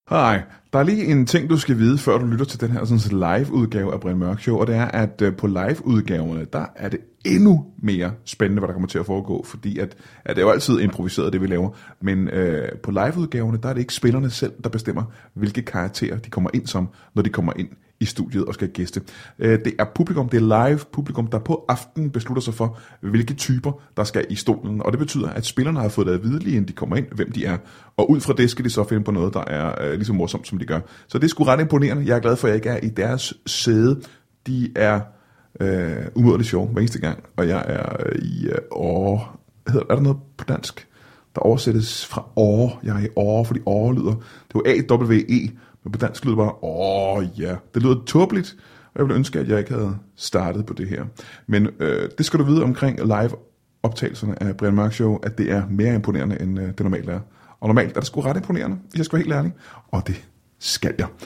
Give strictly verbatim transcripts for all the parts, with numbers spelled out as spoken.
Hej, der er lige en ting, du skal vide, før du lytter til den her sådan, live-udgave af Brian Mørk Show, og det er, at uh, på live-udgaverne, der er det endnu mere spændende, hvad der kommer til at foregå, fordi at, at det er jo altid improviseret, det vi laver, men uh, på live-udgaverne, der er det ikke spillerne selv, der bestemmer, hvilke karakterer de kommer ind som, når de kommer ind i studiet og skal gæste. Uh, det er publikum, det er live publikum, der på aftenen beslutter sig for, hvilke typer, der skal i stolen, og det betyder, at spillerne har fået det at vide, lige inden de kommer ind, hvem de er, og ud fra det skal de så finde på noget, der er uh, lige så morsomt, som de gør. Så det er sgu ret imponerende. Jeg er glad for, at jeg ikke er i deres sæde. De er øh, umådeligt sjove hver eneste gang, og jeg er øh, i øh, åh, hedder, er der noget på dansk, der oversættes fra åh, jeg er i åh, fordi åh lyder, det var A W E, men på dansk lyder bare åh, ja, det lyder tåbeligt, og jeg ville ønske, at jeg ikke havde startet på det her. Men øh, det skal du vide omkring live-optagelserne af Brian Mørk Show, at det er mere imponerende, end øh, det normalt er. Og normalt er det sgu ret imponerende, hvis jeg skal være helt ærlig, og det skal jeg.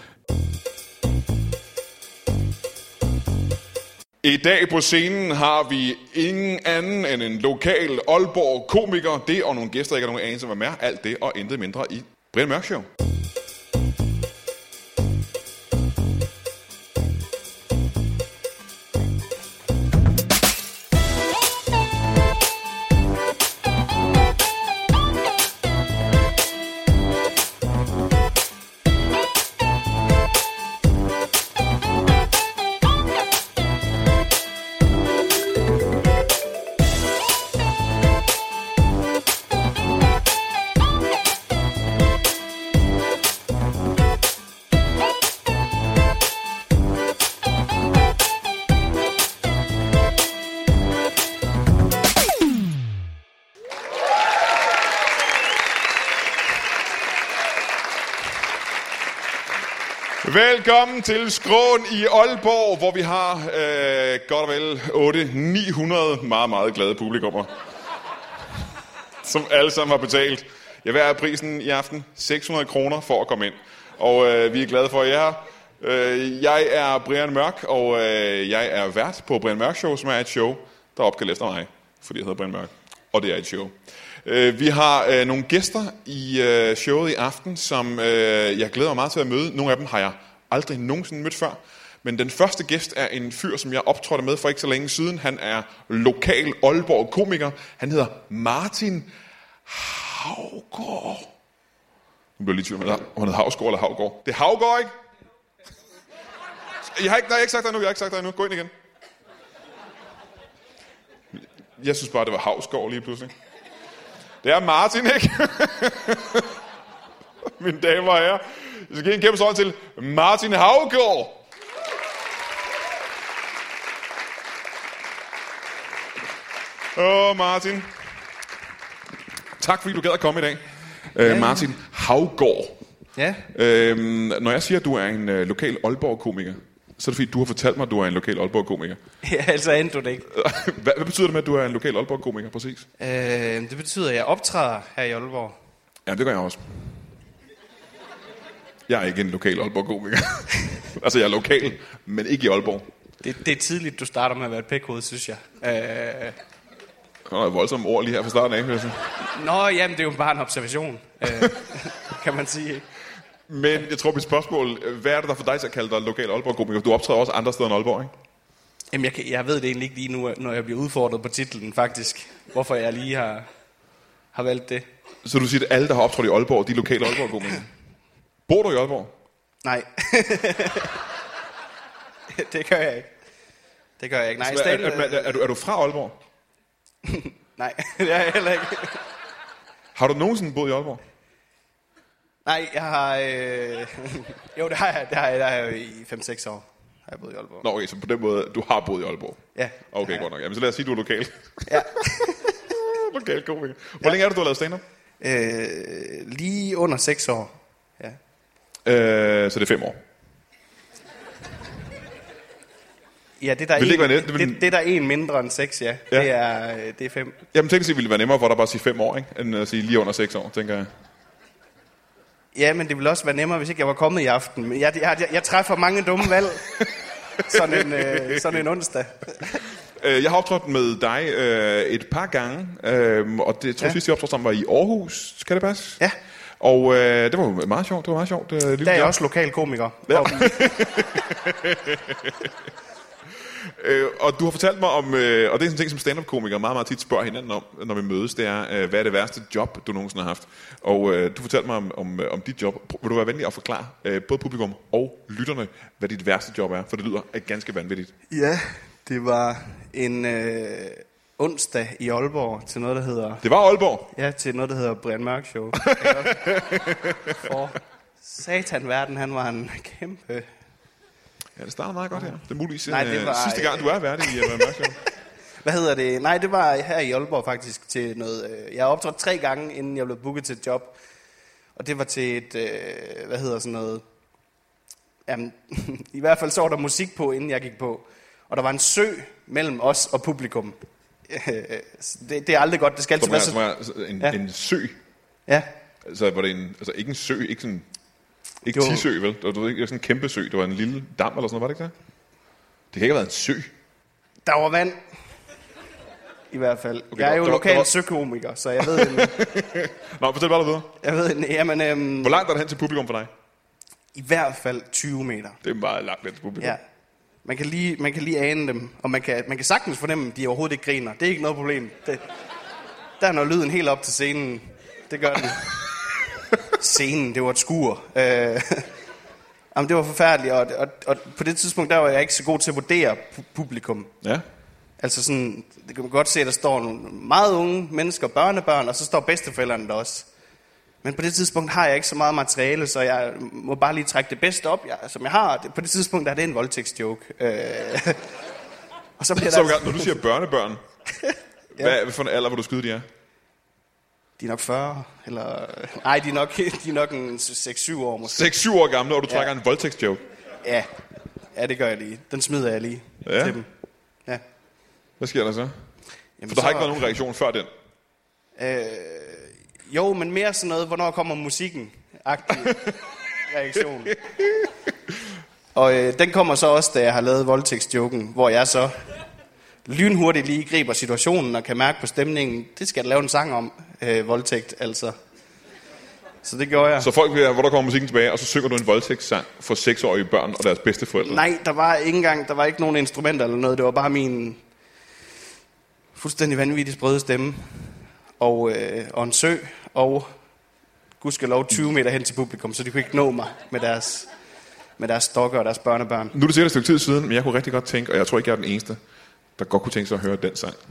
I dag på scenen har vi ingen anden end en lokal Aalborg komiker. Det og nogle gæster, ikke har nogen anelse om, hvad med. Alt det og intet mindre i Brian Mørk Show. Velkommen til Skråen i Aalborg, hvor vi har øh, godt og vel otte til ni hundrede meget, meget glade publikummer, som alle sammen har betalt. Jeg vil have prisen i aften seks hundrede kroner for at komme ind, og øh, vi er glade for, at I er her. Øh, jeg er Brian Mørk, og øh, jeg er vært på Brian Mørk Show, som er et show, der er opkaldt efter mig, fordi jeg hedder Brian Mørk, og det er et show. Vi har øh, nogle gæster i øh, showet i aften, som øh, jeg glæder mig meget til at møde. Nogle af dem har jeg aldrig nogensinde mødt før. Men den første gæst er en fyr, som jeg optrådte med for ikke så længe siden. Han er lokal Aalborg komiker. Han hedder Martin Haugaard. Nu bliver jeg lige tvivl, om han hedder Hausgaard eller Haugaard. Det er Haugaard, ikke? Jeg har ikke, nej, jeg har ikke sagt det endnu. Jeg har ikke sagt det endnu. Gå ind igen. Jeg synes bare, det var Hausgaard lige pludselig. Det er Martin, ikke? Mine damer og herrer. Jeg skal give en kæmpe sådan til Martin Haugaard. Åh, Martin. Tak fordi du gad at komme i dag. Ja. Uh, Martin Haugaard. Ja. Uh, når jeg siger, at du er en uh, lokal Aalborg-komiker, så er det fordi, du har fortalt mig, at du er en lokal Aalborg-komiker. Ja, altså endte du det ikke. hvad, hvad betyder det med, at du er en lokal Aalborg-komiker, præcis? Øh, det betyder, at jeg optræder her i Aalborg. Ja, det gør jeg også. Jeg er ikke en lokal Aalborg-komiker. Altså, jeg er lokal, men ikke i Aalborg. Det, det er tidligt, du starter med at være et pækhoved, synes jeg. Øh... Der er voldsomme ord lige her fra starten af. Altså. Nå, jamen, det er jo bare en observation, øh, kan man sige. Men jeg tror, mit spørgsmål, hvad er det, der for dig til at kalde dig lokal Aalborg-komiker? Du optræder også andre steder end Aalborg, ikke? Jamen, jeg, jeg ved det egentlig ikke lige nu, når jeg bliver udfordret på titlen, faktisk. Hvorfor jeg lige har, har valgt det. Så du siger, at alle, der har optrådt i Aalborg, de er lokale Aalborg-komikere? Bor du i Aalborg? Nej. Det gør jeg ikke. Det gør jeg ikke. Nej, så, er, er, er, er, du, er du fra Aalborg? Nej, det er jeg heller ikke. Har du nogensinde boet i Aalborg? Nej, jeg har... Øh... jo, det har jeg. Det har jeg, det har jeg i fem seks år. Har jeg boet i Aalborg. Nå, okay, så på den måde, du har boet i Aalborg? Ja. Okay, godt nok. Jamen, så lad os sige, at du er lokal. Ja. Lokal komiker. Hvor ja. længe er det, du har lavet stand-up? Øh, lige under seks år. Ja. Øh, så det er fem år? Ja, det, der er vil det, en, det, vil... det, det der er en mindre end seks, ja. ja. Det, er, det er fem. Jamen, tænk sig, ville det være nemmere for dig bare at sige fem år, ikke? End at sige lige under seks år, tænker jeg. Ja, men det ville også være nemmere, hvis ikke jeg var kommet i aften. Men jeg, jeg, jeg, jeg træffer mange dumme valg. Sådan en, øh, sådan en onsdag. Jeg har optrådt med dig øh, et par gange, øh, og det tror jeg ja. sidst, jeg optrådte sammen var i Aarhus. Kan det passe? Ja. Og øh, det var jo meget sjovt, det var meget sjovt. Øh, Der er jeg også lokal komiker. Ja. øh, og du har fortalt mig om, øh, og det er sådan en ting, som stand-up-komikere meget, meget tit spørger hinanden om, når vi mødes, det er, øh, hvad er det værste job, du nogensinde har haft? Og øh, du fortalte mig om, om, om dit job. Vil du være venlig at forklare øh, både publikum og lytterne, hvad dit værste job er? For det lyder ganske vanvittigt. Ja, det var en øh, onsdag i Aalborg til noget, der hedder... Det var Aalborg? Ja, til noget, der hedder Brian Mørk Show. For satan verden, han var en kæmpe... Ja, det starter meget godt her. Det er muligvis Nej, det var, sidste gang, du er værdig i Brian Mørk Show. Hvad hedder det? Nej, det var her i Aalborg faktisk til noget... Øh, jeg har optrådt tre gange, inden jeg blev booket til et job. Og det var til et... Øh, hvad hedder sådan noget... Jamen, i hvert fald så var der musik på, inden jeg gik på. Og der var en sø mellem os og publikum. det, det er aldrig godt. Det skal altid være så... Altså, en, ja. en sø? Ja. Altså, var det en... Altså, ikke en sø, ikke sådan... Ikke tisø, vel? Det var ikke sådan en kæmpe sø. Det var en lille dam eller sådan noget, var det ikke det? Det kan ikke have været en sø. Der var vand. I hvert fald. Okay, jeg er jo der, lokal der var... søkomiker, så jeg ved... En... Nå, fortæl bare der videre. Jeg ved, en... jamen... Øhm... Hvor langt er det hen til publikum for dig? I hvert fald tyve meter. Det er meget langt hen til publikum. Ja. Man kan lige, man kan lige ane dem, og man kan, man kan sagtens fornemme, at de overhovedet ikke griner. Det er ikke noget problem. Det... Der når lyden helt op til scenen. Det gør den. Scenen, det var et skur. Øh, jamen, det var forfærdeligt, og, og, og på det tidspunkt, der var jeg ikke så god til at vurdere pu- publikum. Ja. Altså sådan, det kan man godt se, at der står nogle meget unge mennesker, børnebørn, og så står bedsteforældrene der også. Men på det tidspunkt har jeg ikke så meget materiale, så jeg må bare lige trække det bedste op, jeg, som jeg har. På det tidspunkt er det en voldtægtsjoke. Øh, og så bliver så, der... når du siger børnebørn, ja. hvad, hvad for en alder vil du skyde, de er? De er nok fyrre, eller... Nej, de er nok, de er nok en seks syv år måske. seks syv år gamle, og du trækker ja. en voldtægtsjoke? Ja. Ja, det gør jeg lige. Den smider jeg lige ja. til dem. Ja. Hvad sker der så? Jamen, For der så... har ikke været nogen reaktion før den? Øh, jo, men mere sådan noget, hvornår kommer musikken? Agtig reaktion. Og øh, den kommer så også, da jeg har lavet voldtægtsjoken, hvor jeg så lynhurtigt lige griber situationen og kan mærke på stemningen, det skal jeg lave en sang om, øh, voldtægt altså. Så det gjorde jeg. Så folk vil, hvor der kommer musikken tilbage, og så synger du en voldtægtssang for seksårige børn og deres bedsteforældre? Nej, der var ikke engang, der var ikke nogen instrumenter eller noget, det var bare min fuldstændig vanvittigt sprøde stemme, og, øh, og en sø, og gudskelov tyve meter hen til publikum, så de kunne ikke nå mig med deres, med deres stokker og deres børnebørn. Nu er det sikkert et stykke tid siden, men jeg kunne rigtig godt tænke, og jeg tror ikke, jeg er den eneste, der godt kunne tænke sig at høre den sang.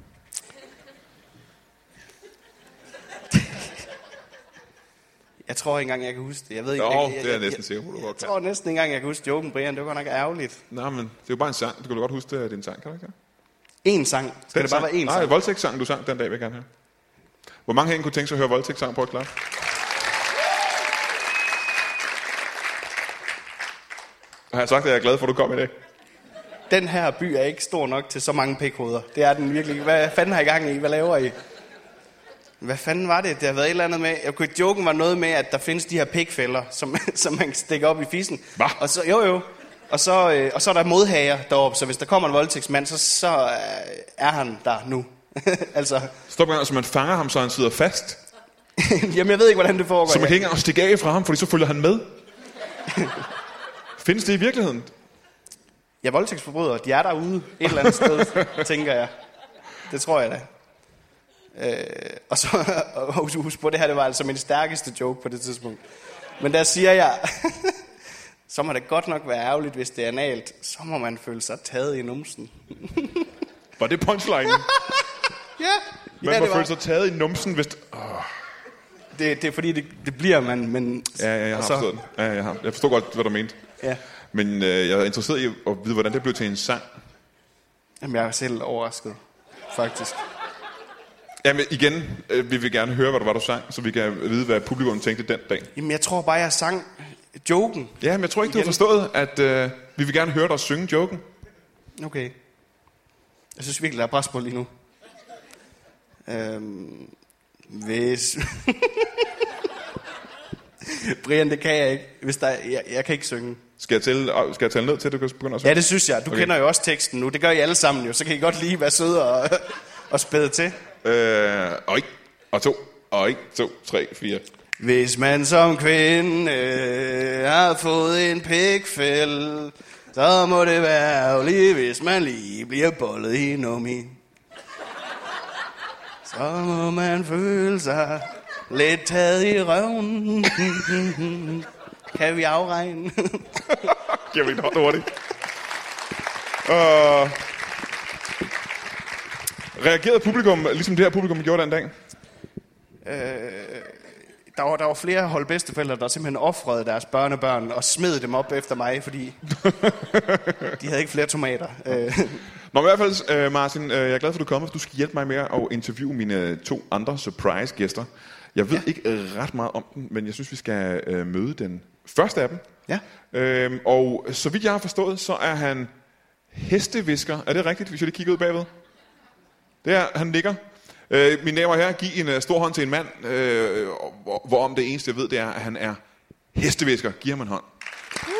Jeg tror ikke engang, jeg kan huske det. Jeg ved ikke, Nå, jeg, jeg, det er jeg næsten jeg, sikker på, du jeg, godt jeg tror næsten ikke engang, jeg kan huske joken, Brian. Det var godt nok ærgerligt. Nej, men det er jo bare en sang. Du kan jo godt huske, det er din sang, kan du ikke det? En sang. Skal Den det bare sang? være en Nej, sang? Nej, voldtægtssang, du sang den dag, vil jeg gerne høre. Hvor mange herinde kunne tænke sig at høre voldtægtssang på et klap? Og har jeg sagt, at jeg er glad for, at du kom i dag? Den her by er ikke stor nok til så mange pikhoveder. Det er den virkelig. Hvad fanden har I gang i? Hvad laver I? Hvad fanden var det? Det har været et eller andet med... Jeg kunne, joken var noget med, at der findes de her pikfælder, som, som man kan stikke op i fissen. Hvad? Og så, jo jo. Og så, øh, og så er der modhager deroppe, så hvis der kommer en voldtægtsmand, så, så øh, er han der nu. altså... Stop gang, så man fanger ham, så han sidder fast. Jamen, jeg ved ikke, hvordan det foregår. Så man kan ikke engang stikke af fra ham, fordi så følger han med. Findes det i virkeligheden? Ja, voldtægtsforbrydere, de er derude et eller andet sted, tænker jeg. Det tror jeg da. Øh, og så, og husk på, det her det var altså min stærkeste joke på det tidspunkt. Men der siger jeg, så må det godt nok være ærgerligt, hvis det er analt. Så må man føle sig taget i numsen. Var det punchline? ja, Man ja, må det føle sig taget i numsen, hvis... Oh. Det, det er fordi, det, det bliver man, men... Ja, ja, jeg har så... forstået den. Ja, jeg, har. Jeg forstår godt, hvad du mente. Ja. Men øh, jeg er interesseret i at vide, hvordan det blev til en sang. Jamen, jeg er selv overrasket, faktisk. Jamen igen, øh, vi vil gerne høre, hvad det var, du sang, så vi kan vide, hvad publikum tænkte den dag. Jamen, jeg tror bare, jeg sang joken. Ja, men jeg tror ikke, igen. Du har forstået, at øh, vi vil gerne høre dig synge joken. Okay. Jeg synes virkelig, der er pres på lige nu. Øhm, hvis... Brian, det kan jeg ikke. Hvis der er, jeg, jeg kan ikke synge. Skal jeg tælle, skal jeg tælle ned til, at du kan begynde at synge? Ja, det synes jeg. Du okay. kender jo også teksten nu. Det gør I alle sammen jo. Så kan I godt lige være søde og, og spæde til. Øh, og et, og to, og et, to, tre, fire. Hvis man som kvinde øh, har fået en pikfæld, så må det være ærgerligt, hvis man lige bliver bollet i nummi. Så må man føle sig lidt taget i røven. Kan vi afregne? Giver vi en hånd hurtigt. Uh, reagerede publikum, ligesom det her publikum gjorde den dag? Øh, der, var, der var flere hold bedsteforældre, der simpelthen offrede deres børnebørn og smed dem op efter mig, fordi de havde ikke flere tomater. Øh. Nå, i hvert fald, Martin, jeg er glad for, at du kommer, for du skal hjælpe mig med at interviewe mine to andre surprise-gæster. Jeg ved ja. ikke ret meget om den, men jeg synes, vi skal øh, møde den første af dem. Ja. Øhm, og så vidt jeg har forstået, så er han hestevisker. Er det rigtigt, hvis jeg lige kigger ud bagved? Det er, han ligger. Øh, mine damer og herrer, giv en uh, stor hånd til en mand, øh, hvor, hvorom det eneste, jeg ved, det er, at han er hestevisker. Giv ham en hånd. Uh.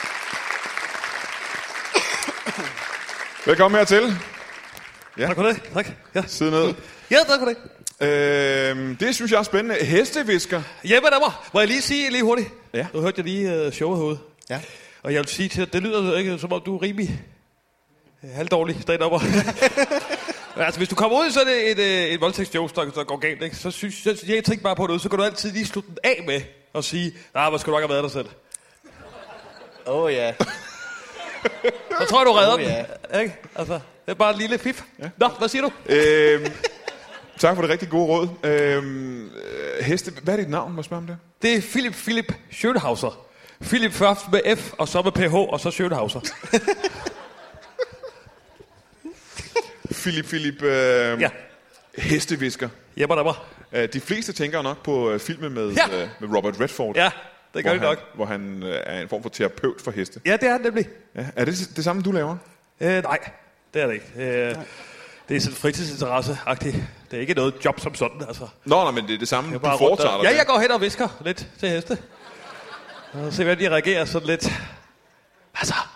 Velkommen hertil. Ja. Tak for det. Tak. Ja. Sid ned. Ja, tak for det. Øh, det synes jeg er spændende. Hestevisker. Hjemme af mig. Må jeg lige sige lige hurtigt? Ja. Nu hørte jeg lige uh, showet herude. Ja. Og jeg vil sige til dig, det lyder ikke som om du er rimelig uh, halvdårlig stand-upper. Altså, hvis du kommer ud i sådan et, et, et voldtægtsjoke, der, der går galt, ikke? Så synes jeg, jeg tænker bare på det, så kan du altid lige slutte den af med og sige, nej, hvor skal du nok have været dig selv. Åh oh, ja. Så tror jeg, du redder oh, den. Ja. Ikke? Altså, det er bare en lille fif. Ja. Nå, hvad siger du? Øhm, tak for det rigtig gode råd. Øhm, heste, hvad er dit navn, må jeg spørge om det? Det er Philip Philip Schönhauser. Philip først med F, og så med P H, og så Schönhauser. Philip Philip, øh, ja. hestevisker. Jepper der var. De fleste tænker nok på uh, filmen med, ja. uh, med Robert Redford. Ja, det gør de nok. Hvor han uh, er en form for terapeut for heste. Ja, det er han nemlig. Ja. Er det det samme, du laver? Øh, nej, det er det ikke. Øh, det er sådan fritidsinteresse-agtigt. Det er ikke noget job som sådan, altså. Nå, nej, men det er det samme, du foretager dig. Ja, jeg går hen og visker lidt til heste. Og se, hvad de reagerer sådan lidt. Hvad så?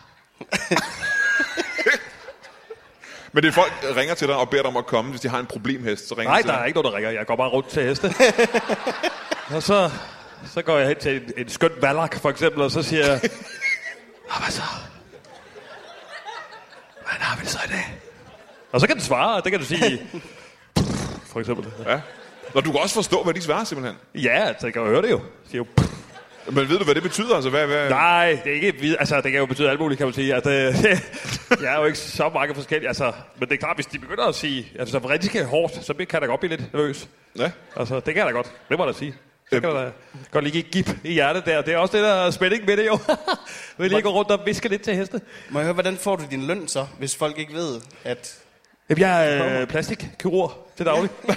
Men det er folk, der ringer til dig og beder dig om at komme, hvis de har en problemhest, så ringer Nej, til der dig. er ikke noget, der ringer. Jeg går bare rundt til heste. Og så, så går jeg hen til en, en skøn valak, for eksempel, og så siger jeg, hvad så? Hvad har vi så i dag? Og så kan den svare, og det kan du sige, for eksempel. Ja. Og du kan også forstå, hvad de svarer, simpelthen. Ja, altså, jeg kan jo høre det jo. Siger jo, men ved du, hvad det betyder? Altså, hvad, hvad... Nej, det er ikke altså, det kan jo betyde alt muligt, kan man sige. Altså, jeg er jo ikke så mange forskellige. Altså, men det er klart, hvis de begynder at sige, altså, hvis rigtig er hårdt, så kan jeg da godt blive lidt nervøs. Ja. Altså, det kan jeg da godt. Det må jeg da sige. Så kan jeg da godt lige give gip i hjertet der. Det er også det, der er spænding med det jo. Vil lige gå rundt og viske lidt til heste. Må jeg høre, hvordan får du din løn så, hvis folk ikke ved, at... Jamen, jeg er øh, plastikkirurg til daglig. Ja.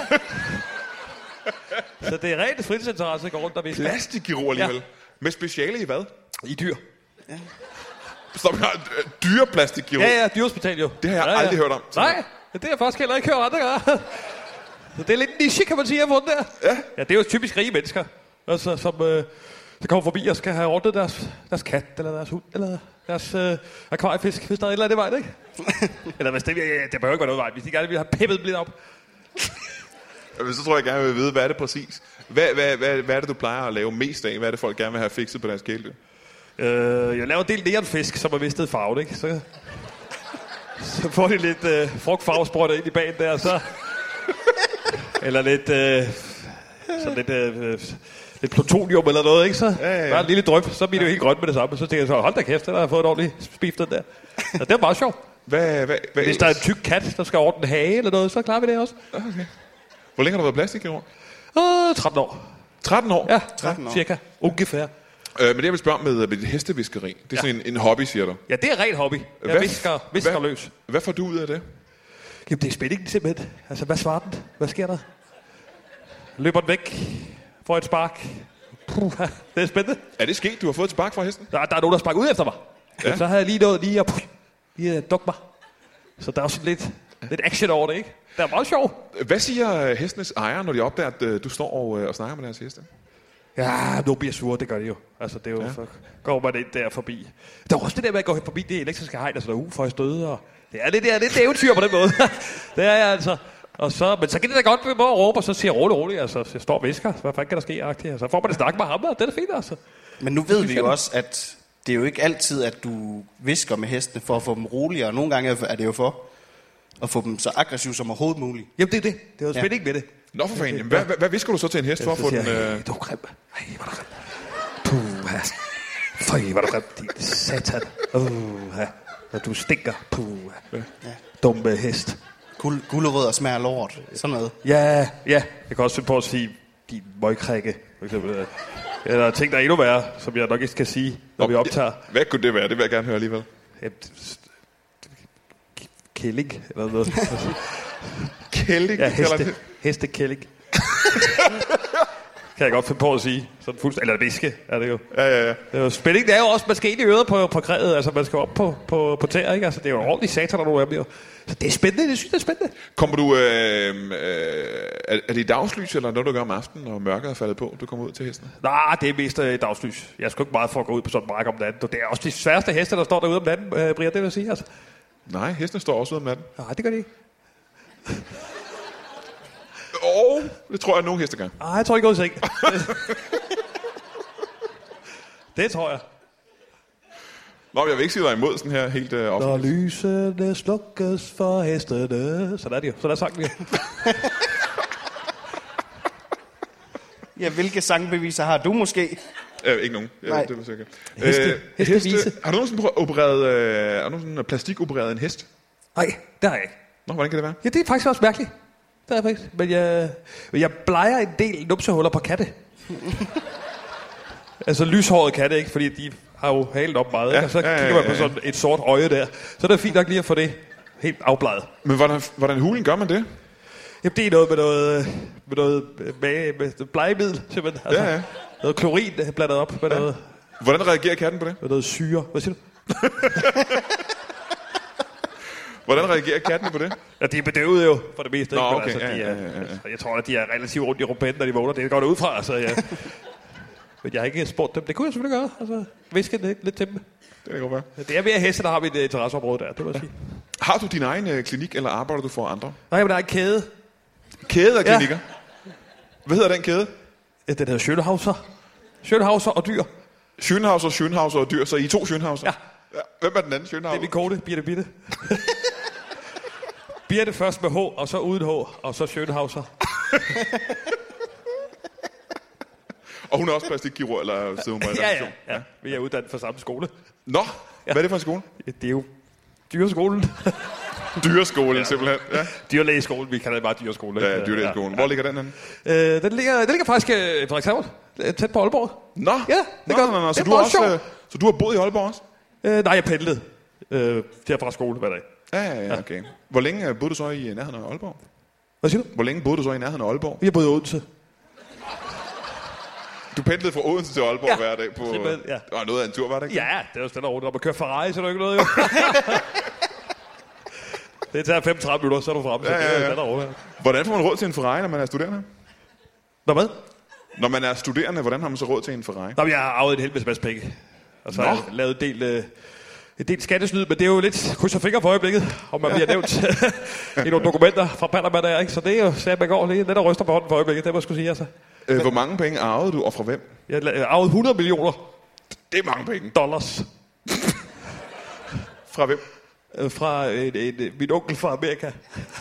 Så det er rent fritidsinteresse at gå rundt og viske. Plastikkirurg alligevel? Ja. Med speciale i hvad? I dyr. Ja. Stop, dyreplastikkirurg? Ja, ja, dyrehospital jo. Det har jeg ja, ja. aldrig hørt om. Nej, det har jeg faktisk heller ikke hørt andre gøre. Så det er lidt niche, kan man sige, at få den der. Ja. Ja, det er jo typisk rige mennesker, altså, som øh, der kommer forbi og skal have ordnet deres, deres kat, eller deres hund, eller deres øh, akvariefisk, hvis der er et eller andet vej, ikke? Eller hvis det, ja, det behøver ikke være noget vej, hvis de gerne vil have peppet lidt op. Ja, så tror jeg gerne, jeg vil vide, hvad er det præcis? Hvad, hvad, hvad, hvad er det, du plejer at lave mest af? Hvad er det, folk gerne vil have fikset på deres kæledyr? Øh, jeg laver en del neonfisk, som har mistet farve, ikke? Så, så får de lidt øh, frugtfarvesprøjter ind i bagen der, så... Eller lidt... Øh, sådan lidt... Øh, lidt plutonium eller noget, ikke? Så ja, ja, ja. Bare en lille drøb, så bliver det jo helt grønt med det samme. Så tænker jeg så, hold da kæft, der har jeg fået et ordentligt spif, den der. Så det er meget sjovt. Hvad, hvad, hvad Hvis der er en tyk kat, der skal ordne hage eller noget, så klarer vi det også. Okay. Hvor længe har du været plastikkirurg? Øh, tretten år. tretten år? Ja, tretten år. Cirka. Ungefær. Øh, men det jeg vil spørge om med, med hesteviskeri, det er ja. sådan en, en hobby, siger du? Ja, det er rent hobby. Jeg hvad, visker, visker hvad, løs. Hvad får du ud af det? Jamen, det er spændingen simpelthen. Altså, hvad svarer den? Hvad sker der? Løber den væk? Får et spark? Puh, det er spændende. Er det sket? Du har fået et spark fra hesten? Der, der er nogen, der sparker ud efter mig. Ja. Så har jeg lige nået lige at puh, lige at dukke mig. Så der er også lidt, lidt action over det, ikke? Det er meget sjovt. Hvad siger hestenes ejer, når de opdager, at uh, du står og, uh, og snakker med deres heste? Ja, nu bliver sure, det gør de jo. Altså, det er jo, ja. Så går man ind der forbi. Der er også det der med at gå forbi det elektriske hegn, altså der er u for at støde, og det er lidt, det er lidt eventyr på den måde. Det er jeg altså. Og så, men så kan det da godt begynde at råbe, og så siger rolig, rolig, altså, jeg står og visker, hvad fanden kan der ske, agtigt, så får man det snak med ham, og det er da fint, altså. Men nu ved vi jo også, at det er jo ikke altid, at du visker med hestene for at få dem roligere, og nogle gange er det jo for at få dem så aggressive som overhovedet muligt. Jamen, det er det. Det er jo spænding ved det. Nå for fanden, hvad, hvad, hvad visker du så til en hest for at få den... Øh... Du er grim. Ej, hvor er du grim. Puh, her. Føj, hvor er du grim, din satan. Uh, her. Du stinker. Puh, ja. Dumme hest. Gul- Gulerødder smager lort. Sådan noget. Ja, ja. Jeg kan også finde på at sige, din møgkrække, for eksempel. Eller ting, der er endnu værre, som jeg nok ikke skal sige, når vi optager. Hvad kunne det være? Det vil jeg gerne høre alligevel. Kælling, eller noget. Kælling? Ja, heste, hestekælling. Kan jeg godt finde på at sige. Sådan fuldstændig. Eller viske, er det jo. Ja, ja, ja. Det er jo spænding. Det er jo også, man skal ind i øret på, på krædet. Altså, man skal op på, på, på tæer, ikke? Altså, det er jo ordentligt satan, der nogle af dem jo. Så det er spændende. Jeg synes, det er spændende. Kommer du... Øh, øh, er, er det i dagslys, eller noget, du gør om aftenen, når mørket er faldet på, du kommer ud til hesten? Nej, det er mest i dagslys. Jeg er sgu ikke meget for at gå ud på sådan en mark om natten. Det er også de sværeste heste, der står derude om natten, øh, Brian, det vil jeg sige. Altså. Nej, hestene står også ude om natten. Nej, det gør de ikke. Åh, oh, det tror jeg, at nogle heste gør. Nej, jeg tror ikke, jeg går i seng. Det tror jeg. Nå, jeg vil ikke sige dig imod sådan her helt øh, Når offentligt. lysene slukkes for hestene. Sådan er det jo. Sådan er sangen jo. Ja, hvilke sangbeviser har du måske? Øh, ikke nogen. Ja, Nej. det var sikkert. Heste. Øh, Hestevise. Har du nogensinde prøvet- opereret, øh, har du nogensinde plastikopereret en hest? Nej, det har jeg ikke. Nå, hvordan kan det være? Ja, det er faktisk også mærkeligt. Det er faktisk. Men jeg, men jeg blejer en del numsehuller på katte. Altså lyshårede katte, ikke? Fordi de har jo halet op meget, Ja, ikke? Og så ja, ja, kigger man ja, på ja. sådan et sort øje der. Så er det fint nok lige at få det helt afbleget. Men hvordan, hvordan hulen gør man det? Jamen, det er noget med noget, med noget med, med blegemiddel, simpelthen. Altså, Ja, ja. Noget klorin blandet op med, ja. noget, Hvordan reagerer katten på det? med noget syre. Hvad siger du? Hvordan reagerer katten på det? Ja, de er bedøvet jo, for det meste. Nå, ikke? Men okay, altså, de ja, er, ja, ja, ja. altså, jeg tror, at de er relativt rundt i rumpetten, når de vågner. Det går det ud fra, altså. Ja. Men jeg har ikke spurgt dem. Det kunne jeg selvfølgelig gøre. Altså, viske lidt, lidt til dem. Det kan godt være. Det er mere heste, der har mit uh, interesseområde der, det må jeg sige. Har du din egen øh, klinik, eller arbejder du for andre? Nej, men der er en kæde. Kæde af Ja. klinikker? Hvad hedder den kæde? Den hedder Schönhauser. Schönhauser og dyr. Schönhauser, Schönhauser og dyr, så I er to Schönhauser? Ja. Ja. Hvem er den anden Det er Schönhauser? min kone, Birte Bitte. Birte først med H, og så uden H, og så Schönhauser. Og hun er også plastikkirurg, eller sidder hun på en Ja, ja, redaktion? ja. Vi er uddannet fra samme skole. Nå, hvad er det for en skole? Det er jo dyreskolen. Dyreskolen, ja. Simpelthen. Ja, Dyrlægeskolen, vi kalder det bare dyreskolen. ja dyrlægeskolen. Hvor ligger den henne? Øh, den, ligger, den ligger faktisk øh, i Frederikshavn, øh, tæt på Aalborg. Nå, Ja, det nå, gør nå, nå, den. så, Det du er har også også, sjovt. øh, så du har boet i Aalborg også? Øh, nej, jeg pendlede øh, der fra skole hver dag. Ja, ja, ja, okay. Hvor længe øh, boede du så i nærheden af Aalborg? Hvad siger du? Hvor længe boede du så i nærheden af Aalborg? Vi har boet i Odense. Du pendlede fra Odense til Aalborg Ja, hver dag på... simpelthen, ja. Det var noget af en tur, var det ikke? Ja, det er jo stille og roligt. Når man kører Ferrari, så er der ikke noget, jo. Det tager femogtredive minutter, så er du fremme. Så Ja, ja, det er ja. stille og roligt. Hvordan får man råd til en Ferrari, når man er studerende? Nå, hvad? Når man er studerende, hvordan har man så råd til en Ferrari? Nå, men jeg har arvet en helvedes masse penge. Og så har Nå. jeg lavet en del, øh, en del skattesnyd, men det er jo lidt kryds og fingre for øjeblikket, om man bliver nævnt i nogle dokumenter fra Panama der, ikke? Så det er jo, så man går lige lidt og ryster på hånden for øjeblikket, det må jeg skulle sige, altså. Øh, hvor mange penge arvede du, og fra hvem? Jeg har arvet hundrede millioner Det er mange penge. dollars Fra hvem? øh, fra en, en, min onkel fra Amerika.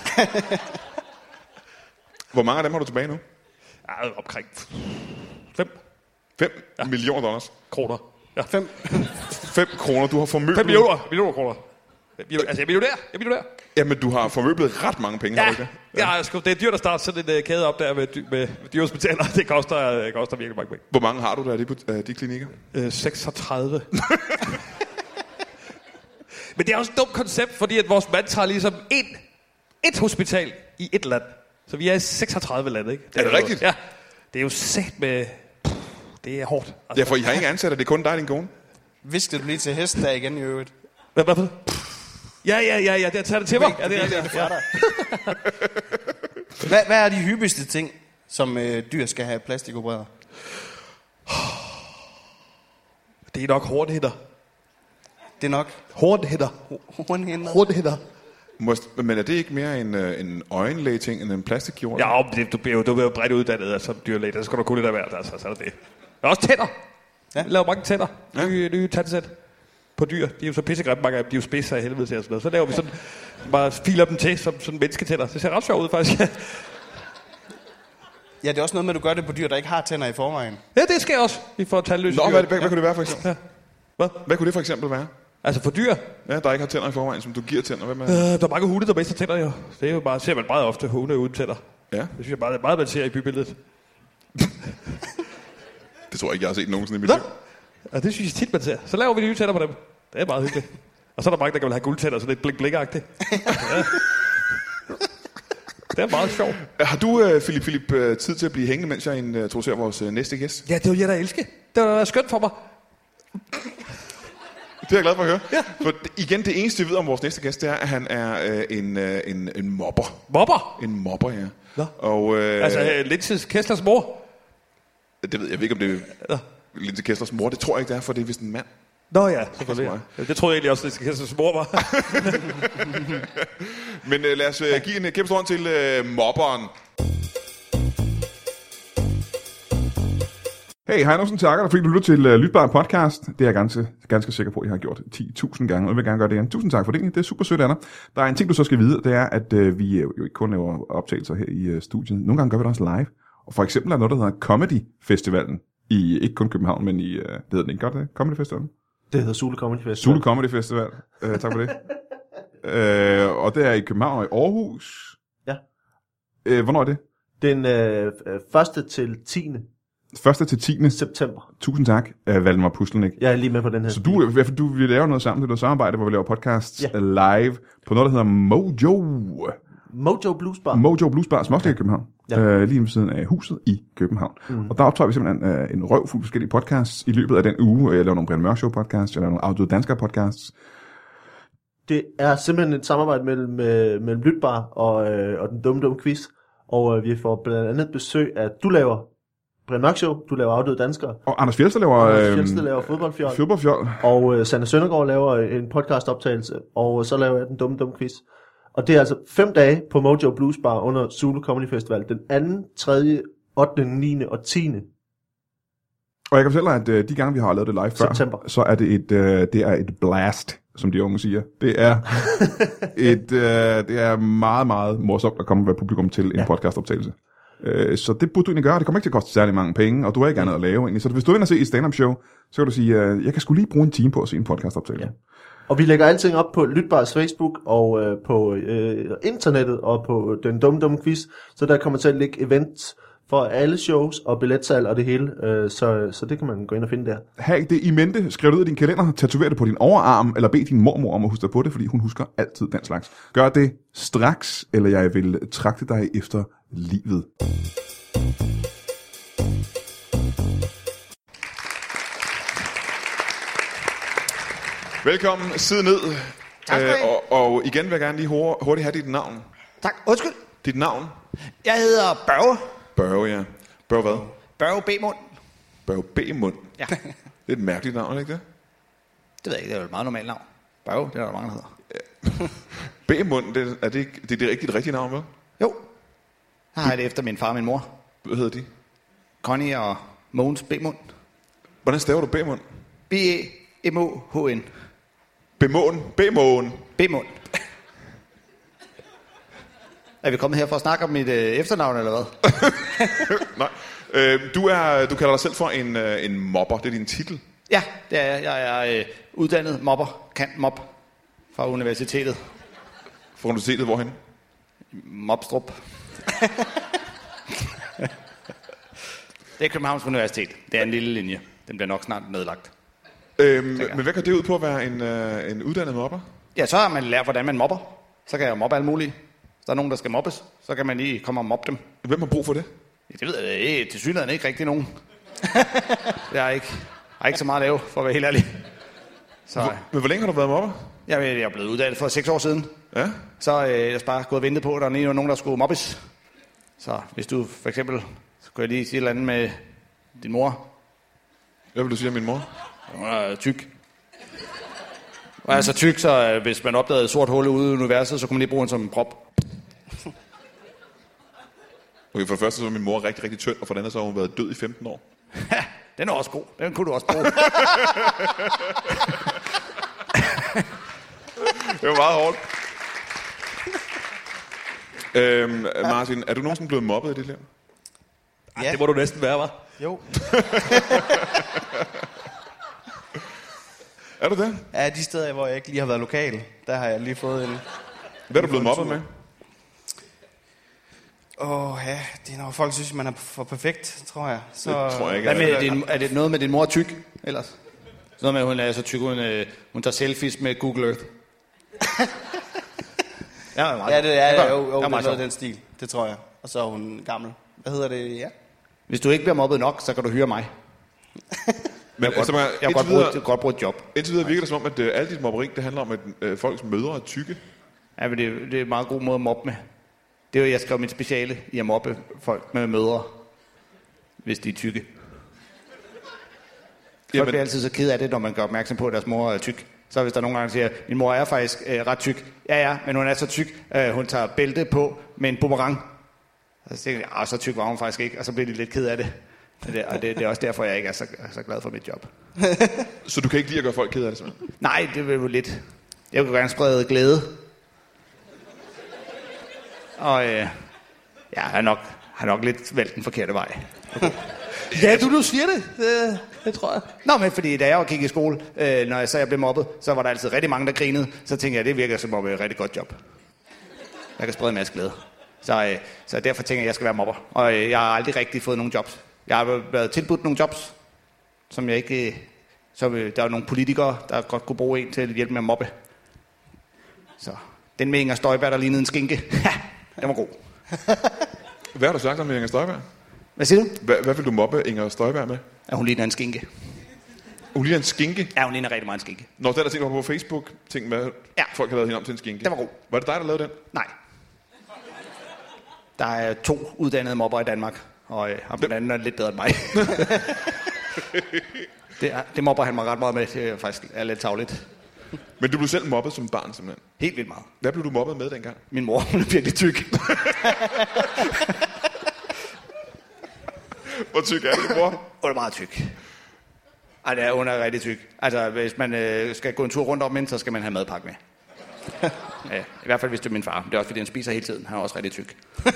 Hvor mange af dem har du tilbage nu? Ja, omkring fem fem ja. millioner dollars. kroner. Ja. Fem. fem kroner. Du har formøblet... fem millioner, millioner kroner. Altså, jeg er millionær. Jeg er millionær. Jamen, du har formøblet ret mange penge, Ja, har du ikke? ja. Ja, sgu, det er dyrt at starte sådan en uh, kæde op der med, dy- med, med dyrehospitaler. Det koster, det koster virkelig mange penge. Hvor mange har du der af de, af de klinikker? Øh, seksogtredive. Men det er også et dumt koncept, fordi at vores mand tager ligesom et, et hospital i et land. Så vi er i seksogtredive lande, ikke? Er det jo, rigtigt? Ja. Det er jo sæt med... Pff, det er hårdt. Altså, Derfor, I har ikke ansat, det er kun dig og din kone. Viskede du lige til hesten der igen i øvrigt? hvad, hvad for det? Ja, ja, ja, ja, det tager det til mig. Ja, det er, Det er det, fra ja. dig. Hvad, hvad er de hyppigste ting, som øh, dyr skal have plastikopereret? Det er nok hornhinder. Det er nok Hornhinder. hornhinder. Hornhinder. Måst, men er det ikke mere en, en øjenlæge-ting end en plastikkirurg? Ja, det, du bliver jo, du bliver jo bredt uddannet som dyrlæge. Der skal du kunne lidt af hvert, altså. Så er det. Der er også tænder. Ja. Vi laver mange tænder. Ja. Nye, nye tandsæt på dyr. De er jo så pissegrimme, mange af dem. De er jo spidser af helvede til og sådan noget. Så laver vi sådan, bare filer dem til som sådan mennesketænder. Det ser ret sjovt ud, faktisk. Ja, det er også noget med, at du gør det på dyr, der ikke har tænder i forvejen. Ja, det sker også. Vi får tandløse Nå, dyr. hvad, hvad, hvad kunne det være for eksempel? Ja. Hvad? Hvad kunne det for eksempel være? Altså for dyr? Ja, der ikke har tænder i forvejen, som du giver tænder. Hvad med? Øh, der er mange hunde, der mister tænder, jo. Det er jo bare, ser man meget ofte, hunde uden tænder. Ja. Det synes jeg meget, meget man ser i bybilledet. Det tror jeg ikke, jeg har set nogensinde i mit liv. Ja, det synes jeg tit, man ser. Så laver vi nye tænder på dem. Det er meget hyggeligt. Og så er der mange, der kan have guldtænder, så lidt blink-blink-agtigt. Ja. Det er meget sjovt. Har du, Philip, Philip, tid til at blive hængende, mens jeg introducerer vores næste gæst? Ja, det var jeg, der elsker. Det var skønt for mig. Det er jeg glad for at høre. Ja. For igen, det eneste, vi ved om vores næste gæst, det er, at han er øh, en, øh, en, en mobber. Mobber? En mobber, ja. Nå. Og, øh, altså, Linses Kesslers mor? Det ved jeg, jeg ved ikke, om det er Linse Kesslers mor. Det tror jeg ikke, det er, for det er vist en mand. Nå ja, selvfølgelig. Ja. Det troede jeg egentlig også, Linse Kesslers mor var. Men øh, lad os øh, give en kæmpe stor hånd til øh, mobberen. Hey, hej, nogen takker dig, fordi du lytter til uh, Lytbar podcast. Det er jeg ganske, ganske sikker på, at jeg har gjort ti tusind gange, og jeg vil gerne gøre det igen. Tusind tak for det. Det er super sødt af dig. Der er en ting, du så skal vide, det er, at uh, vi jo ikke kun laver optagelser her i uh, studiet. Nogle gange gør vi det også live. Og for eksempel er noget, der hedder Comedy Festivalen. I ikke kun København, men i, uh, det hedder den ikke godt, det? Comedy Festivalen? Det hedder Zulu Comedy Festival. Zulu Comedy Festival. Uh, tak for det. uh, og det er i København og i Aarhus. Ja. Uh, hvornår er det? Den øh, første til tiende første til tiende september. Tusind tak, uh, Valdemar Puslenik. Jeg er lige med på den her. Så du, du vi laver noget sammen, det er noget samarbejde, hvor vi laver podcasts ja. live på noget, der hedder Mojo. Mojo Blues Bar. Mojo Blues Bar, som også ligger i København. Ja. Øh, lige ved siden af huset i København. Mm. Og der optager vi simpelthen øh, en røvfuld forskellige podcasts i løbet af den uge. Jeg laver nogle Brian Mørk Show podcasts, jeg laver nogle Afdøde Danskere podcasts. Det er simpelthen et samarbejde mellem, øh, mellem Lytbar og, øh, og den dumme dumme quiz. Og øh, vi får blandt andet besøg af, du laver Brian Mørk Show, du laver Afdøde Danskere. Og Anders Fjeldsted laver, Anders Fjeldsted laver fodboldfjold. Fodboldfjold. Og øh, Sanne Søndergaard laver en podcastoptagelse, og så laver jeg den dumme dumme quiz. Og det er altså fem dage på Mojo Blues Bar under Zulu Comedy Festival. Den anden, tredje, ottende, niende og tiende Og jeg kan fortælle dig, at øh, de gange, vi har lavet det live September. før, så er det et, øh, det er et blast, som de unge siger. Det er, et, øh, det er meget, meget morsomt at komme med publikum til en ja. podcastoptagelse. Øh, så det burde du egentlig gøre. Det kommer ikke til at koste særlig mange penge, og du har ikke andet at lave egentlig. Så hvis du er inde og se et stand-up show, så kan du sige, øh, jeg kan sgu lige bruge en time på at se en podcastoptagelse. Ja. Og vi lægger alting op på Lytbars Facebook og øh, på øh, internettet og på den dumme dumme quiz. Så der kommer til at ligge events for alle shows og billetsalg og det hele. Øh, så, så det kan man gå ind og finde der. Ha' det i mente. Skriv det ud i din kalender. Tatover det på din overarm. Eller bed din mormor om at huske dig på det, fordi hun husker altid den slags. Gør det straks, eller jeg vil trakte dig efter livet. Velkommen, sid ned. Tak skal du have. Øh, og, og igen vil jeg gerne lige hurtigt, hurtigt have dit navn. Tak. Undskyld. Dit navn? Jeg hedder Børge. Børge, ja. Børge hvad? Børge B-mund. Børge B-mund. Ja. Det er et mærkeligt navn, ikke det? Det ved jeg ikke, det er jo et meget normalt navn. Børge, det er der mange, der hedder. B-mund, det, er det ikke det, er det rigtige, rigtige navn, vel? Jo. Her har jeg det efter min far og min mor. Hvad hedder de? Connie og Mogens B-mund. Hvordan staver du B-mund? B-E-M-O-H-N. B-måen. B-måen. B-mund. Er vi kommet her for at snakke om mit øh, efternavn, eller hvad? Nej. Øh, du, er, du kalder dig selv for en, øh, en mobber. Det er din titel. Ja, det er jeg. Jeg er øh, uddannet mobber. Kan mob. Fra universitetet. Fra universitetet, hvorhen? Mobstrup. Det er Københavns Universitet. Det er en lille linje. Den bliver nok snart nedlagt. Øhm, men hvad går det ud på at være en, øh, en uddannet mobber? Ja, så har man lært, hvordan man mobber. Så kan jeg mobbe alle mulige. Hvis der er nogen, der skal mobbes, så kan man lige komme og mobbe dem. Hvem har brug for det? Ja, det ved jeg ikke. Til synligheden ikke rigtig nogen. Jeg har ikke, har ikke så meget at lave, for at være helt ærlig. Så, hvor, men hvor længe har du været mobber? Jeg, jeg er blevet uddannet for seks år siden. Ja. Så øh, jeg har bare gået og ventet på, at der er nogen, der skulle mobbes. Så hvis du for eksempel, så kunne jeg lige sige et eller andet med din mor. Hvad vil du sige om min mor? Hun er tyk. Og er så tyk, så øh, hvis man opdagede et sort hul ude i universet, så kunne man lige bruge den som en prop. Okay, for det første så var min mor rigtig, rigtig tynd, og for det andet så har hun været død i femten år. Ja, den er også god. Den kunne du også bruge. Det var meget hårdt. øhm, Martin, er du nogensinde blevet mobbet i dit liv? Ja. Det må du næsten være, hva'? Jo. Er du det? Ja, de steder, hvor jeg ikke lige har været lokal, der har jeg lige fået en... Hvad er du blevet mobbet med? Åh, oh, ja, det er når folk synes, man er for perfekt, tror jeg. Så... Det tror jeg ikke. Hvad med, er, det, er det noget med din mor er tyk, ellers? Sådan noget med, at hun er så tyk, hun, øh, hun tager selfies med Google Earth. Ja, meget. Ja, det er, det jo, jo, det det er meget noget sjovt. af den stil. Det tror jeg. Og så er hun gammel. Hvad hedder det? Ja. Hvis du ikke bliver mobbet nok, så kan du hyre mig. Men Jeg kan altså, godt, man, jeg kan godt, bruge, jeg kan godt bruge et job. indtil videre virker det som om, at uh, alt dit mobberi, det handler om, at uh, folks mødre er tykke. Ja, men det, det er en meget god måde at mobbe med. Det er jo, jeg skrev mit speciale i at mobbe folk med mødre, hvis de er tykke. Folk Jamen- bliver altid så ked af det, når man gør opmærksom på, at deres mor er tyk. Så hvis der nogle gange siger, min mor er faktisk øh, ret tyk. Ja, ja, men hun er så tyk, øh, hun tager bælte på med en boomerang. Og så tænker jeg, så tyk var hun faktisk ikke, og så bliver de lidt ked af det. Og det, og det, det er også derfor, jeg ikke er så, er så glad for mit job. Så du kan ikke lide at gøre folk ked af det, simpelthen? Nej, det vil jo lidt. Jeg vil gerne sprede glæde. Og øh, ja, har nok, har nok lidt valgt den forkerte vej. Ja, du, du siger det. det. Det tror jeg. Nå, men fordi da jeg var gik i skole, øh, når jeg så jeg blev mobbet, så var der altid rigtig mange, der grinede. Så tænkte jeg, det virker som om et rigtig godt job. Jeg kan sprede en masse glæde. Så, øh, så derfor tænker jeg, at jeg skal være mobber. Og øh, jeg har aldrig rigtig fået nogen jobs. Jeg har været tilbudt nogle jobs, som jeg ikke... Øh, så øh, der er nogle politikere, der godt kunne bruge en til at hjælpe med at mobbe. Så den med Inger Støjberg, der lignede en skinke, den var god. Hvad har du sagt om Inger Støjberg? Hvad siger du? Hvad, hvad vil du mobbe Inger Støjberg med? At hun ligner en skinke. Hun ligner en skinke. Ja, hun ligner rigtig meget en skinke. Når den der ting var på Facebook, ting med, Ja. folk har lavet hende om til en skinke. Den var god. Var det dig, der lavede den? Nej. Der er to uddannede mobber i Danmark, og øh, ham den anden er lidt bedre end mig. det, er, det mobber han mig ret meget med, det er faktisk er lidt tarveligt. Men du blev selv mobbet som barn, simpelthen. Helt vildt meget. Hvad blev du mobbet med dengang? Min mor, hun er virkelig tyk. Hvor tyk er din mor? Hun er meget tyk. Ej, det er, hun er rigtig tyk. Altså, hvis man øh, skal gå en tur rundt om hende, så skal man have madpakke med. Ja, i hvert fald, hvis det er min far. Det er også, fordi han spiser hele tiden. Han er også rigtig tyk.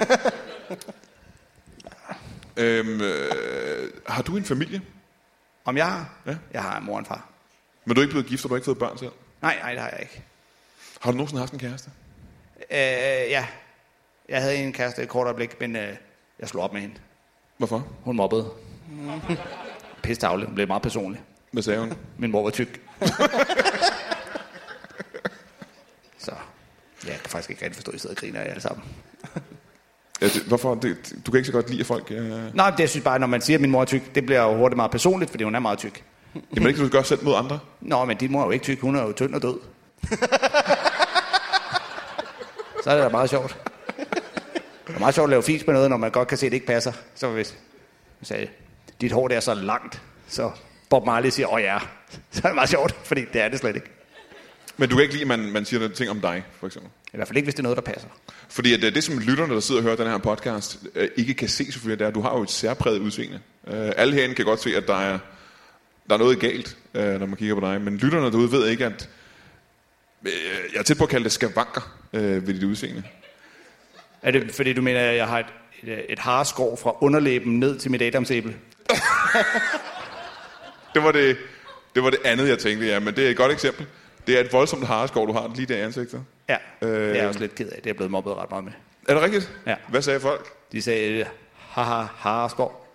øhm, øh, har du en familie? Om jeg har? Ja. Jeg har en mor og en far. Men du er ikke blevet gift, og du har ikke fået børn selv? Nej, nej, det har jeg ikke. Har du nogensinde haft en kæreste? Øh, ja. Jeg havde en kæreste et kort øjeblik, men øh, jeg slog op med hende. Hvorfor? Hun mobbede. Pisse tavle. Hun blev meget personlig. Hvad sagde hun? Min mor var tyk. Så ja, jeg kan faktisk ikke rigtig forstå, at I sidder og griner af alle sammen. Ja, det, hvorfor? Det, du kan ikke så godt lide, at folk... Øh... Nej, det jeg synes bare, når man siger, at min mor er tyk, det bliver jo hurtigt meget personligt, fordi hun er meget tyk. Jamen ikke, du gør selv mod andre? Nå, men din mor er jo ikke tyk. Hun er jo tynd og død. Så er det da meget sjovt. Det er meget sjovt at lave fis med noget, når man godt kan se, at det ikke passer. Så hvis jeg sagde, dit hår der er så langt, så Bob Marley siger, åh ja, så er det meget sjovt, fordi det er det slet ikke. Men du kan ikke lide, at man, man siger ting om dig, for eksempel? I hvert fald ikke, hvis det er noget, der passer. Fordi at det, det som lytterne, der sidder og hører den her podcast, øh, ikke kan se selvfølgelig, det er, at du har jo et særpræget udseende. Øh, alle herinde kan godt se, at der er, der er noget galt, øh, når man kigger på dig. Men lytterne derude ved ikke, at... Øh, jeg er tæt på at kalde det skavanker øh, ved dit udseende. Er det fordi, du mener, at jeg har et, et, et hareskår fra underlæben ned til mit adamsæble? Det var det, det var det andet, jeg tænkte, ja. Men det er et godt eksempel. Det er et voldsomt hareskår, du har lige der i ansigtet. Ja, Øh. det er jeg også lidt ked af. Det er blevet mobbet ret meget med. Er det rigtigt? Ja. Hvad sagde folk? De sagde, haha, hareskår.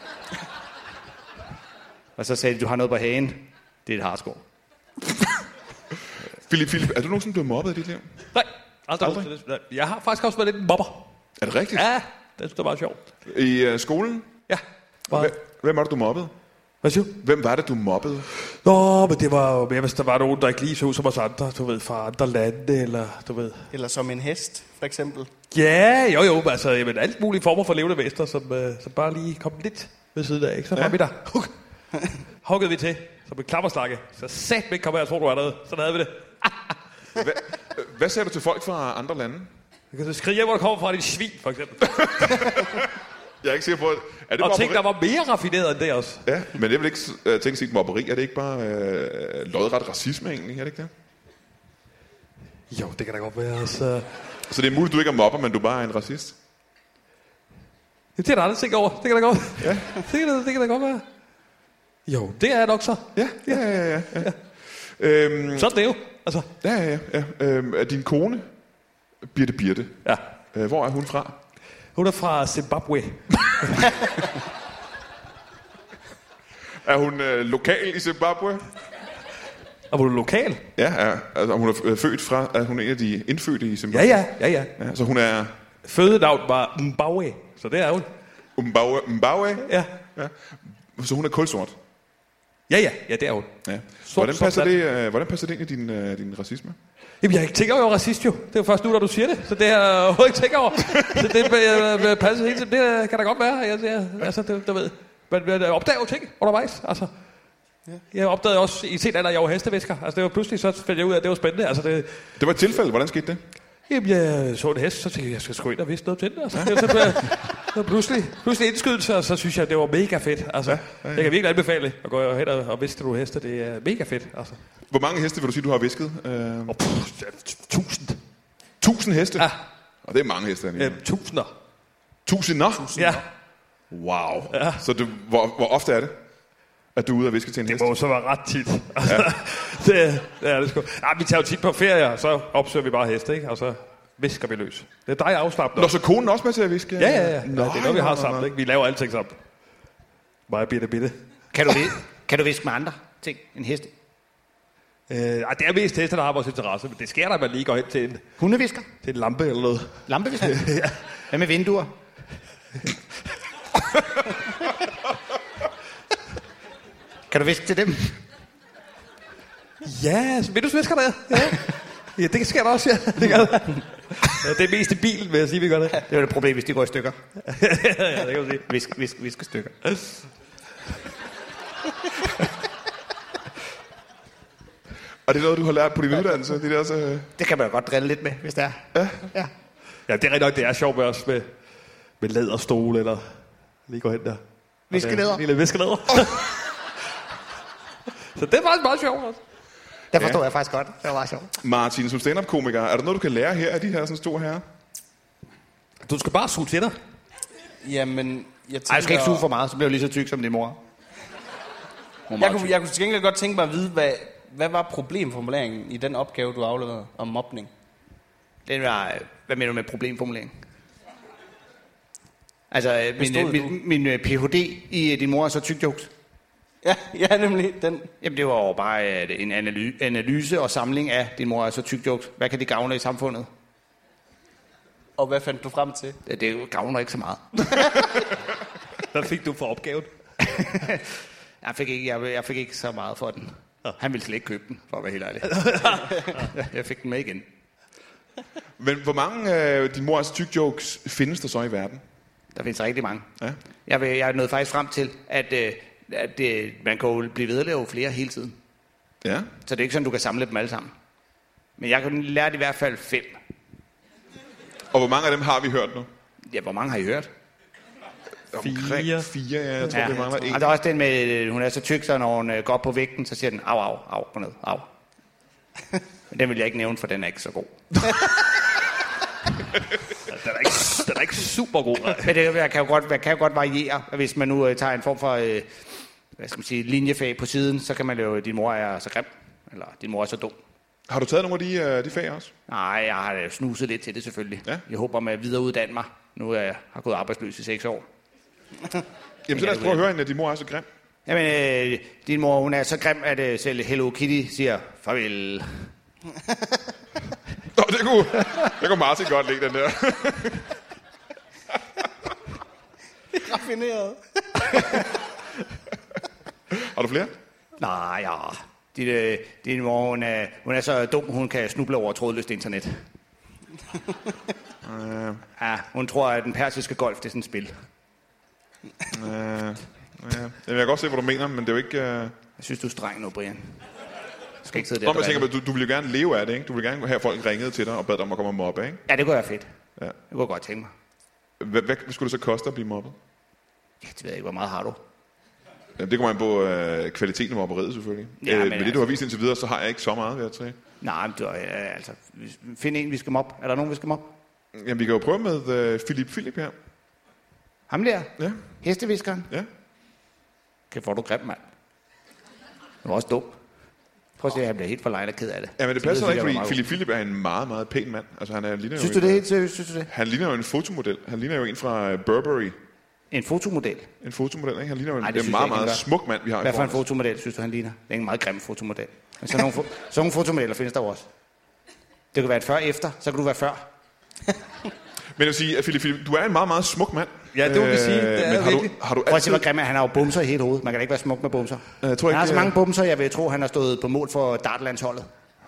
Og så sagde de, du har noget på hagen. Det er et hareskår. Philip, Philip, er du nogensinde blevet mobbet i dit liv? Nej, aldrig. Aldrig? aldrig. Jeg har faktisk også været lidt en mobber. Er det rigtigt? Ja, det synes jeg var sjovt. I uh, skolen? Ja. Hvem, hvem var det, du mobbede? Hvad siger du? Hvem var det, du mobbede? Nå, men det var jo mere, hvis der var nogen, der ikke lige så ud som os andre, du ved, fra andre lande, eller du ved. Eller som en hest, for eksempel. Ja, jo jo, altså, jamen, alt mulige former for levende væster, som, øh, som bare lige kom lidt ved siden af, ikke? Så var Ja. vi der. Huk. Huggede vi til, som en klapperslakke. Så sat mig ikke kom her, jeg tror du er der. Sådan havde vi det. Hvad, hvad siger du til folk fra andre lande? Du kan skrige hjem, hvor du kommer fra, dit svin, for eksempel. Jeg er ikke sikker på, at... Er det Og tænk, mobberi? der var mere raffineret end det også. Ja, men jeg vil ikke uh, tænke sig mobberi. Er det ikke bare uh, lodret racisme egentlig? Er det ikke det? Jo, det kan da godt være. Altså. Så det er muligt, du ikke er mobber, men du bare er en racist? Det er der aldrig tænkt over. Det kan da godt, ja. det, kan da, det kan da godt være. Jo, det er jeg nok så. Ja, ja, ja. ja, ja. ja. Øhm, Sådan er det jo. Altså. ja, ja, ja. ja. Øhm, er din kone, Birte Birte, Ja. øh, hvor er hun fra? Hun er fra Zimbabwe. Er hun øh, lokal i Zimbabwe? Og var du lokal? Ja, er, altså, hun er øh, født fra... Er hun en af de indfødte i Ja, Zimbabwe? ja, ja, ja. ja så hun er... Fødenavn var Mbawe, så det er hun. Mbawe? Mbawe? Ja. Ja. Så hun er kulsort? Ja, ja, ja, det er hun. Ja. Sort Hvordan, som passer sand. det, øh, hvordan passer det ind i din, øh, din racisme? Jamen, jeg tænker jo racist jo. Det er jo først nu, når du siger det. Så det er jeg overhovedet ikke tænker over. Så det øh, passer hele tiden. Det kan da godt være. Jeg, jeg, altså, det, du ved. Men man opdager jo ting undervejs. Altså. Jeg opdagede også i set alder, at jeg var hestevisker. Altså, det var pludselig, så fandt jeg ud af, at det var spændende. Altså, det, Det var et tilfælde. Hvordan skete det? Jamen, jeg så en hest, så tænkte jeg, jeg skal sgu ind og vise noget til den. Altså, ja. Så, så, så pludselig, pludselig indskydelse, og så synes jeg, det var mega fedt. Altså, ja, ja, ja. Jeg kan virkelig anbefale at gå hen og, og viske nogle heste. Det er mega fedt. Altså. Hvor mange heste vil du sige, du har visket? Øh... Og pff, tusind. Tusind heste? Ja. Og det er mange heste. Ja, tusinder. Tusinder? Ja. Wow. Ja. Så det, hvor, hvor ofte er det, at du er ude og viske til en Det hest? må så være ret tit. Altså, ja. det, det er det sgu. Ja, vi tager jo tit på ferie, og så opsøger vi bare heste, ikke? Og så visker vi løs. Det er dig afslappet. Nå, så konen er også med til at viske? Ja, ja, ja. Nå, ja det er noget, vi har sammen, ikke? Vi laver alting sammen. Bare bitte, bitte. Kan du, vi- kan du viske med andre ting end heste? Øh, ej, det er mest heste, der har vores interesse, men det sker der, at man lige går hen til en, Hundevisker? til en lampe eller noget. Lampevisker? Ja. Hvad med vinduer? Kan du viske til dem? Ja, så vinduesvisker der. Ja. Ja, det sker der også, ja. Det gør der. Ja, det er mest i bilen, vil jeg sige, vi gør det. Det er jo et problem, hvis de går i stykker. Ja, det kan man sige. Visk, visk, visk stykker. Og det er noget, du har lært på din uddannelse? Det, er så... Det kan man jo godt drille lidt med, hvis det er. Ja. Ja. Ja, det er rigtig nok, det er sjovt med os med, med læderstole, eller lige gå hen der. Viskelæder. Lille viskelæder. Så det er faktisk meget sjovt også. Det forstår ja. jeg faktisk godt. Det var meget sjovt. Martin, som stand-up-komiker, er der noget, du kan lære her af de her sådan store herrer? Du skal bare suge til dig. Jamen, jeg tænker... Ej, jeg skal ikke suge for meget, så bliver jeg lige så tyk som din mor. Jeg kunne, jeg kunne til gengæld godt tænke mig at vide, hvad, hvad var problemformuleringen i den opgave, du afleverede om mobning? Det var, hvad mener du med problemformulering? Altså, min, stod min, du? min, min P H D i din mor er så tyk jokes. Ja, ja, nemlig den. Jamen, det var jo bare øh, en analyse, analyse og samling af din mor er så tyk jokes. Hvad kan det gavne i samfundet? Og hvad fandt du frem til? Det, det gavner ikke så meget. Hvad fik du for opgaven? jeg, fik ikke, jeg, jeg fik ikke så meget for den. Han ville slet ikke købe den, for at være helt ærlig. Jeg fik den med igen. Men hvor mange af øh, din mor er så tyk jokes findes der så i verden? Der findes rigtig mange. Ja. Jeg, vil, jeg er nået faktisk frem til, at, øh, at øh, man kan jo blive ved at lave flere hele tiden. Ja. Så det er ikke sådan, du kan samle dem alle sammen. Men jeg kan lære i hvert fald fem. Og hvor mange af dem har vi hørt nu? Ja, hvor mange har I hørt? Omkring Fire. fire, ja. Jeg tror, ja, det mangler en. Og der er også den med, øh, hun er så tyk, så når hun øh, går op på vægten, så siger den, au, au, au, gå ned, au. Men den vil jeg ikke nævne, for den er ikke så god. Den er ikke, den er ikke super god. Men det jeg kan jo godt, jeg kan jo godt variere, hvis man nu øh, tager en form for øh, hvad skal man sige, linjefag på siden, så kan man jo, din mor er så grim, eller din mor er så dum. Har du taget nogle af de, uh, de fag også? Nej, jeg har øh, snuset lidt til det selvfølgelig. Ja. Jeg håber med at videreuddanne mig. Nu er jeg har gået arbejdsløs i seks år. Jamen, så lad os prøve at høre, at din mor er så grim. Jamen, øh, din mor, hun er så grim, at øh, selv Hello Kitty siger farvel. Nå, det kunne, det kunne Martin godt lide, den der. Raffineret. Har du flere? Nej, ja. Din, øh, din mor, hun er, hun er så dum, hun kan snuble over trådløst internet. Uh, Ja, hun tror, at den persiske golf, det er sådan et spil. uh, ja. Jeg kan godt se, hvad du mener, men det er jo ikke... Uh... Jeg synes, du er streng nu, Brian. skal ikke sidde der. Nå, men og jeg tænker, drikke. du, du ville jo gerne leve af det, ikke? Du ville gerne have, at folk ringede til dig og bad dig om at komme og mobbe, ikke? Ja, det kunne være fedt. Ja. Det kunne jeg godt tænke mig. Hvad, hvad skulle det så koste at blive mobbet? Ja, det ved jeg ikke, hvor meget har du? Ja, det kommer an på øh, kvaliteten af mobberiet, selvfølgelig. Ja, øh, men men det, altså- du har vist indtil videre, så har jeg ikke så meget ved at tage. Nej, men du, øh, altså, find en, vi skal mobbe. Er der nogen, vi skal mobbe? Jamen, vi kan jo prøve med øh, Philip Philip her. Ham der? Ja, Hesteviskeren? ja. Kan få du grim, mand. Du er også dum. Prøv at se, at han bliver helt forlejt og ked af det. Ja, men det Så passer ved ikke, jeg, fordi hvor Philip Philip er en meget, meget pæn mand. Altså, han er, ligner Synes jo du en, det helt seriøst? Synes du det? Han ligner jo en fotomodel. Han ligner jo en fra øh, Burberry. En fotomodel? En fotomodel, ikke? Han ligner jo en, Ej, det det er en synes meget, jeg ikke, han meget gør. smuk mand, vi har Hvad i for en foran os. fotomodel synes du, han ligner? Det er en meget grim fotomodel. Men sådan nogle, fo- sådan nogle fotomodeller findes der jo også. Det kan være et før-efter, så kan du være før. Men jeg vil sige, at Philip Philip, du er en meget, meget smuk mand. Ja, det må vi sige. Det er men har du, virkelig. har du Prøv at se, altid... hvor grim er han. Han har jo bumser i hele hovedet. Man kan da ikke være smuk med bumser. Jeg tror Han har ikke, så mange bumser, jeg vil tro, han har stået på mål for dartlandsholdet.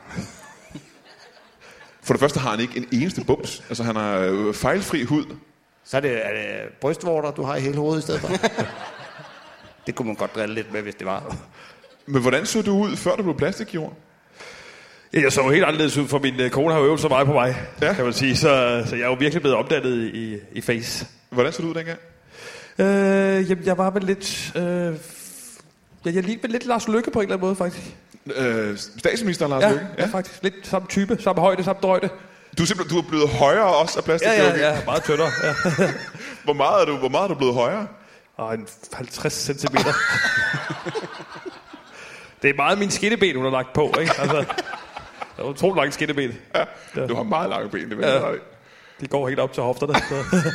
For det første har han ikke en eneste bums. Altså, han har øh, fejlfri hud. Så er det, er det brystvorter, du har i hele hovedet i stedet for. Det kunne man godt drille lidt med, hvis det var. Men hvordan så du ud, før du blev plastikkirurg? Ja, jeg så jo helt anderledes ud, for min øh, kone har jo øvet så meget på mig, Ja. ja. kan man sige. Så, så jeg er jo virkelig blevet omdannet i, i face. Hvordan så du ud dengang? Øh, jamen, jeg var vel lidt... Øh, jeg, jeg lignede vel lidt Lars Løkke på en eller anden måde, faktisk. Øh, statsminister Lars Ja, Løkke? ja, faktisk. Lidt samme type, samme højde, samme drøjde. Du er simpelthen du er blevet højere også af Ja, plastikkirurgi. ja, ja, meget tyndere. Ja. Hvor meget er du, hvor meget er du blevet højere? Og en halvtreds centimeter. Det er meget min skinneben, hun har lagt på, ikke? Altså, der er utroligt langt skinneben. Ja. Du har meget lange ben, det ved Ja. jeg ret i. De går helt op til hofterne. Så.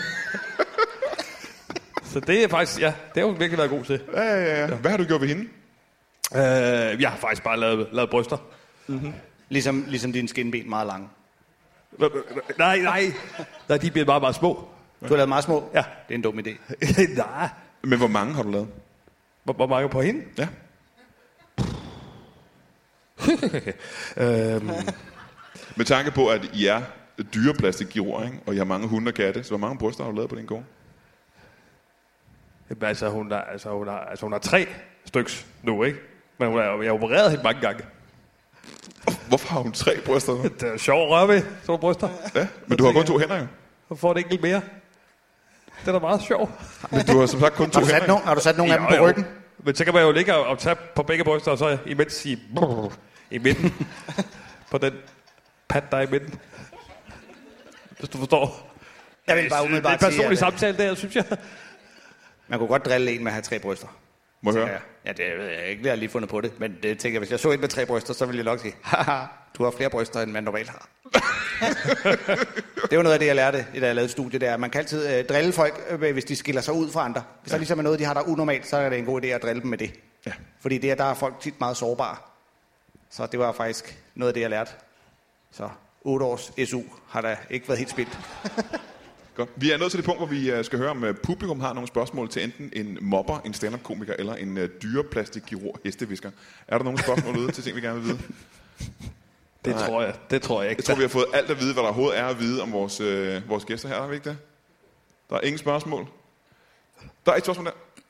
så det er faktisk, ja, det har hun virkelig været god til. Ja, ja, ja. Hvad har du gjort ved hende? Øh, jeg har faktisk bare lavet, lavet bryster. Ligesom, ligesom dine skinben meget lange. Nej, nej. Nej, de bliver meget, meget små. Du har lavet meget små? Ja. Det er en dum idé. Nej. Men hvor mange har du lavet? Hvor, hvor mange på hende? Ja. øhm, Med tanke på, at I er dyreplastikkirurger, ikke? Og I har mange hunde og katte, så hvor mange bryster har du lavet på din kone? jamen, altså, hun har, altså, hun har, altså, hun har tre styks nu, ikke? Men hun er, jeg har opereret hende mange gange. Hvorfor har hun tre bryster nu? Det er sjovt at røre ved, sådan nogle bryster. Ja, men du har kun to hænder jo. Hun får det enkelt mere. Det er da meget sjovt. Men du har som sagt kun to Har du sat, hænder. nogen, har du sat nogle af dem på Jo, jo. ryggen? Men så kan man jo ligge og, og tage på begge bryster, og så imens sige i midten. På den pat, der er i midten. Hvis du forstår. Jeg vil bare Det er umiddelbart en personlig sige, at, samtale der, synes jeg. man kunne godt drille en med at have tre bryster. Må jeg Ja, høre? ja, det ved jeg ikke. Jeg har lige fundet på det. Men det tænker jeg, hvis jeg så en med tre bryster, så ville jeg nok sige, haha, du har flere bryster, end man normalt har. Det var noget af det, jeg lærte, da jeg lavede et studie der. Man kan altid øh, drille folk, øh, hvis de skiller sig ud fra andre. Hvis der ligesom er noget, de har, der er unormalt, så er det en god idé at drille dem med det. Ja. Fordi det, der er folk tit meget sårbare. Så det var faktisk noget af det, jeg lærte. Så otte års S U har der ikke været helt spildt. Godt. Vi er nået til det punkt, hvor vi øh, skal høre, om øh, publikum har nogle spørgsmål til enten en mobber, en stand-up-komiker eller en øh, dyreplastikkirurg, hestevisker. Er der nogle spørgsmål ude til ting, vi gerne vil vide? Det tror jeg. Det tror jeg ikke. Jeg tror, vi har fået alt at vide, hvad der overhovedet er at vide om vores, øh, vores gæster her. Er vi ikke det? Der er ingen spørgsmål. Der er et spørgsmål der.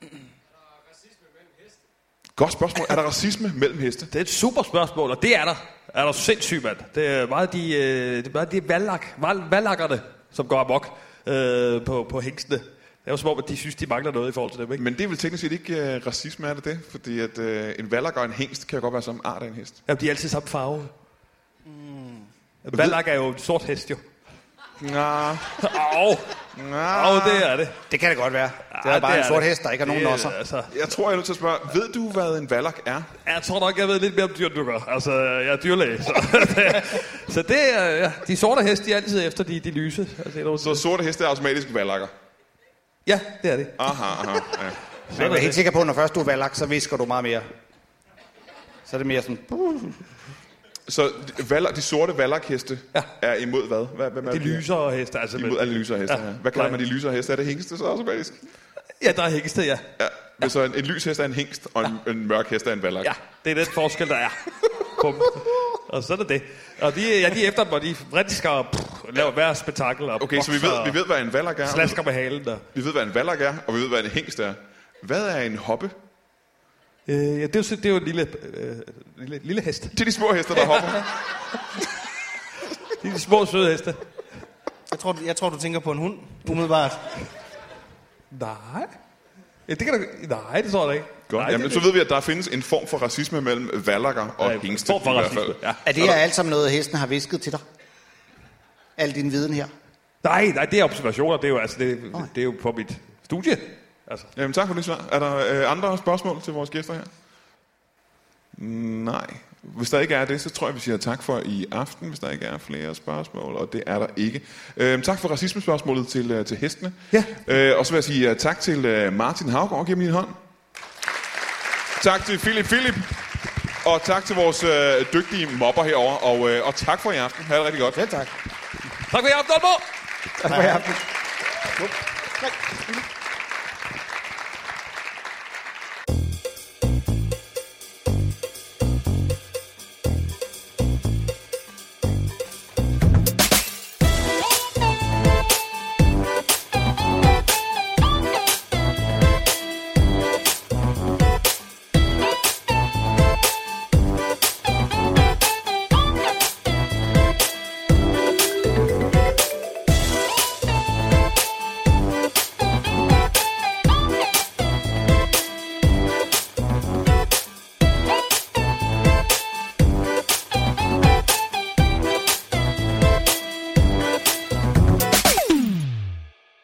Godt spørgsmål. Er der racisme mellem heste? Det er et super spørgsmål, og det er der. Er der sindssygt, mand. Det er meget de, øh, det er meget de valak, val, valakkerne, som går amok øh, på, på hængstene. Det er jo som om, at de synes, de mangler noget i forhold til dem, ikke? Men det er vel teknisk set ikke uh, racisme, er det det? Fordi at uh, en valak og en hængst kan jo godt være samme art af en hest. Jamen, de er altid samme farve. Mm. Valak er jo en sort hest, jo. Nå, Au, nå. au, det er det. Det kan det godt være. Det Ja, er bare det en er sort det. hest, der ikke har nogen Det er, nosser. Altså, Jeg tror, jeg er nødt til at spørge, ved du, hvad en valak er? jeg tror nok, jeg ved lidt mere om dyr, end du gør. Altså, jeg er dyrlæge, så det, så det er, ja, de sorte heste, de er altid efter de, de lyse. Altså, jeg Så sorte heste er automatisk valakker. ja, det er det. Aha, aha. Ja. Men jeg er helt sikker på, at når først du er valak, så visker du meget mere. Så er det mere sådan... Så valak, de sorte valakheste Ja. er imod hvad? hvad hvem er De det? lysere heste, altså. Imod alle lysere heste, ja. Ja. Hvad kalder Nej. man de lysere heste? Er det hængste så automatisk? Ja, der er hængste, ja. Ja. Ja. Så en, en lys hest er en hængst, og en, en mørk hest er en valak. Ja, det er den forskel, der er. Bum. Og så er det det. Og de, ja, de er efter dem, og de vrinsker og pff, laver hver spektakel. Og Okay, så vi ved, vi ved, hvad en valak er. slasker med halen der. Vi ved, hvad en valak er, og vi ved, hvad en hængst er. Hvad er en hoppe? Øh, ja, det er jo, det er jo en lille, øh, lille, lille hest. Det er de små heste, der hopper. Det er de små søde heste. Jeg tror, jeg tror, du tænker på en hund, umiddelbart. Nej. Ja, det kan da... Nej, det tror jeg da ikke. Godt. Nej, Jamen, det, så ved vi, at der findes en form for racisme mellem vallakker og Nej, hingste. form for i hvert racisme, fald. ja. Er det her alt sammen noget, hesten har visket til dig? Al din viden her? nej, nej, det er observationer. Det er jo, altså, det, det er jo på mit studie. Altså. Jamen, tak for det svar. Er der øh, andre spørgsmål til vores gæster her? Nej. Hvis der ikke er det, så tror jeg, vi siger tak for i aften, hvis der ikke er flere spørgsmål, og det er der ikke. Øh, tak for racismespørgsmålet til, øh, til hestene. Ja. Øh, og så vil jeg sige uh, tak til uh, Martin Haugaard. Giv mig en hånd. Tak til Philip Philip. Og tak til vores øh, dygtige mobber herovre. Og, øh, og tak for i aften. Ha' det rigtig godt. Ja, tak. Tak for i aften, Aalborg! Tak for i aften.